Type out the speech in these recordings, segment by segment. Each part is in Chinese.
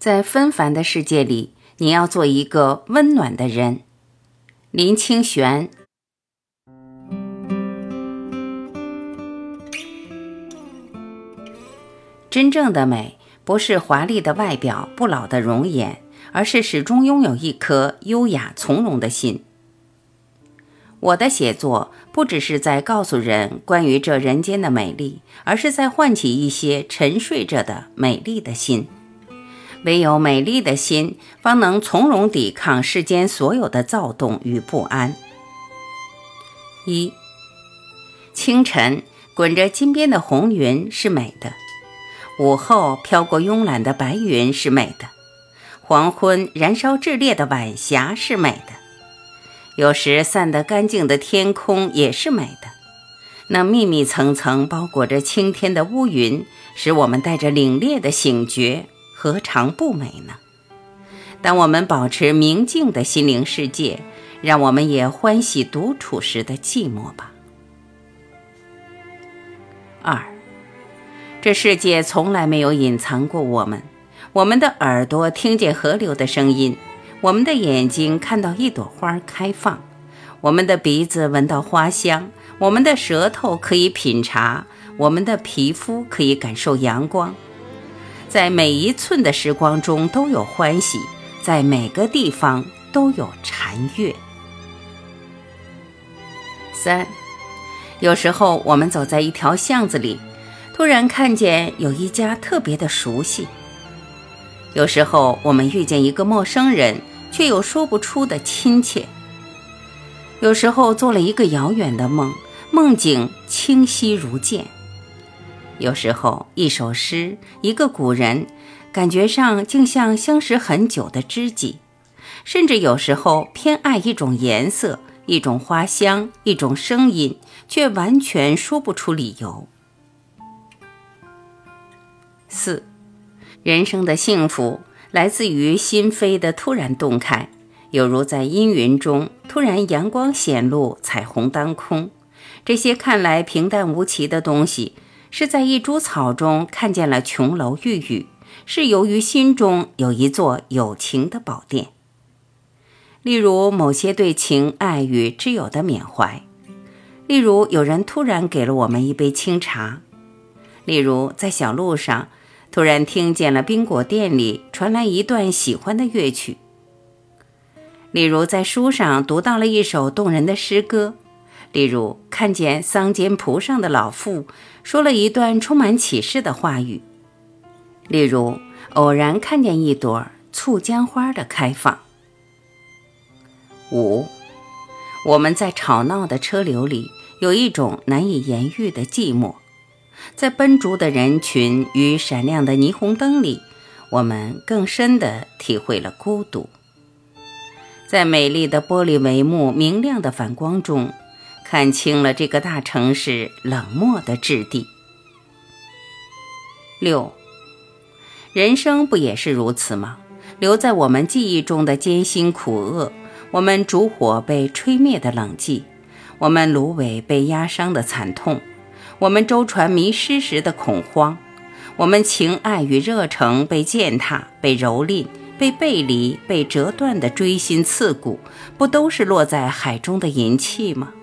在纷繁的世界里，你要做一个温暖的人。林清玄。真正的美，不是华丽的外表、不老的容颜，而是始终拥有一颗优雅从容的心。我的写作不只是在告诉人关于这人间的美丽，而是在唤起一些沉睡着的美丽的心。唯有美丽的心，方能从容抵抗世间所有的躁动与不安。一，清晨滚着金边的红云是美的，午后飘过慵懒的白云是美的，黄昏燃烧炽烈的晚霞是美的，有时散得干净的天空也是美的。那密密层层包裹着青天的乌云，使我们带着凛冽的醒觉，何尝不美呢？当我们保持明净的心灵世界，让我们也欢喜独处时的寂寞吧。二，这世界从来没有隐藏过我们，我们的耳朵听见河流的声音，我们的眼睛看到一朵花开放，我们的鼻子闻到花香，我们的舌头可以品茶，我们的皮肤可以感受阳光。在每一寸的时光中都有欢喜，在每个地方都有禅悦。三，有时候我们走在一条巷子里，突然看见有一家特别的熟悉。有时候我们遇见一个陌生人，却有说不出的亲切。有时候做了一个遥远的梦，梦境清晰如见。有时候一首诗，一个古人，感觉上竟像相识很久的知己。甚至有时候偏爱一种颜色，一种花香，一种声音，却完全说不出理由。四，人生的幸福来自于心扉的突然洞开，有如在阴云中突然阳光显露，彩虹当空。这些看来平淡无奇的东西，是在一株草中看见了琼楼玉宇，是由于心中有一座有情的宝殿。例如某些对情爱与挚友的缅怀，例如有人突然给了我们一杯清茶，例如在小路上突然听见了冰果店里传来一段喜欢的乐曲，例如在书上读到了一首动人的诗歌，例如看见桑间蒲上的老妇说了一段充满启示的话语，例如偶然看见一朵簇江花的开放。五，我们在吵闹的车流里有一种难以言喻的寂寞，在奔逐的人群与闪亮的霓虹灯里，我们更深地体会了孤独。在美丽的玻璃帷幕明亮的反光中，看清了这个大城市冷漠的质地。六，人生不也是如此吗？留在我们记忆中的艰辛苦厄，我们烛火被吹灭的冷寂，我们芦苇被压伤的惨痛，我们舟船迷失时的恐慌，我们情爱与热诚被践踏，被蹂躏，被背离，被折断的锥心刺骨，不都是落在海中的银器吗？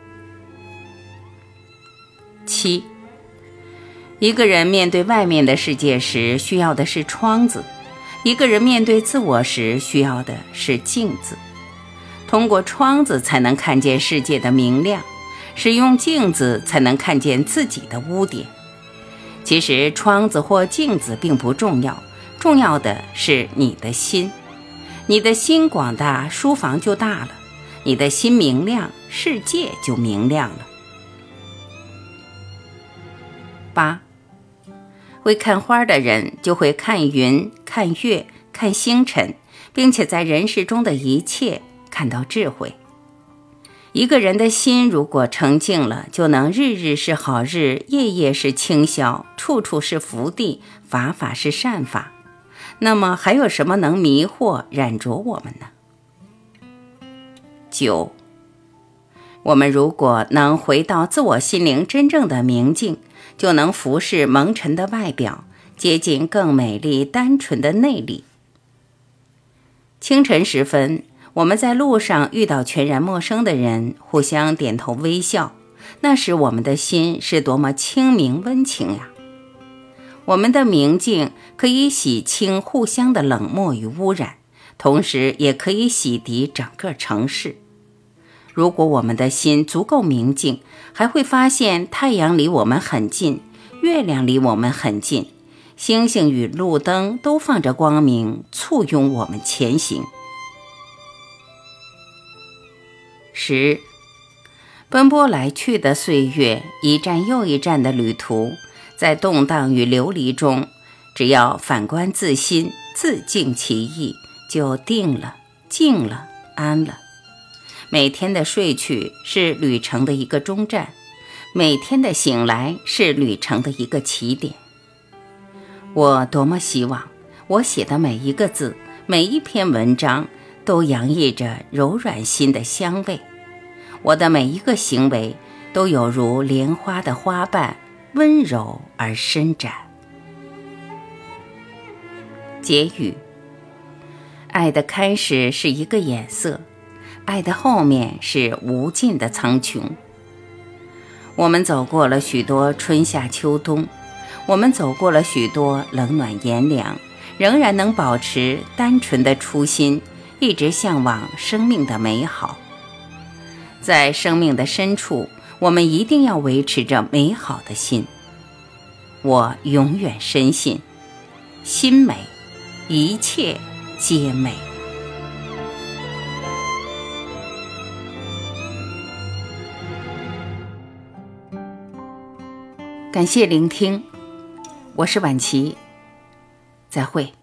七，一个人面对外面的世界时需要的是窗子，一个人面对自我时需要的是镜子。通过窗子才能看见世界的明亮，使用镜子才能看见自己的污点。其实窗子或镜子并不重要，重要的是你的心。你的心广大，书房就大了；你的心明亮，世界就明亮了。八，会看花的人就会看云、看月、看星辰，并且在人世中的一切看到智慧。一个人的心如果澄净了，就能日日是好日，夜夜是清宵，处处是福地，法法是善法。那么还有什么能迷惑染着我们呢？九，我们如果能回到自我心灵真正的明净，就能服侍蒙尘的外表，接近更美丽单纯的内里， 清晨时分，我们在路上遇到全然陌生的人，互相点头微笑，那时我们的心是多么清明温情呀！我们的明镜可以洗清互相的冷漠与污染，同时也可以洗涤整个城市。如果我们的心足够明净，还会发现太阳离我们很近，月亮离我们很近，星星与路灯都放着光明，簇拥我们前行。10. 奔波来去的岁月，一站又一站的旅途，在动荡与流离中，只要反观自心，自净其意，就定了，静了，安了。每天的睡去是旅程的一个终站，每天的醒来是旅程的一个起点。我多么希望我写的每一个字，每一篇文章都洋溢着柔软心的香味，我的每一个行为都有如莲花的花瓣，温柔而伸展。结语：爱的开始是一个眼色，爱的后面是无尽的苍穹。我们走过了许多春夏秋冬，我们走过了许多冷暖炎凉，仍然能保持单纯的初心，一直向往生命的美好。在生命的深处，我们一定要维持着美好的心。我永远深信，心美，一切皆美。感谢聆听，我是婉琪，再会。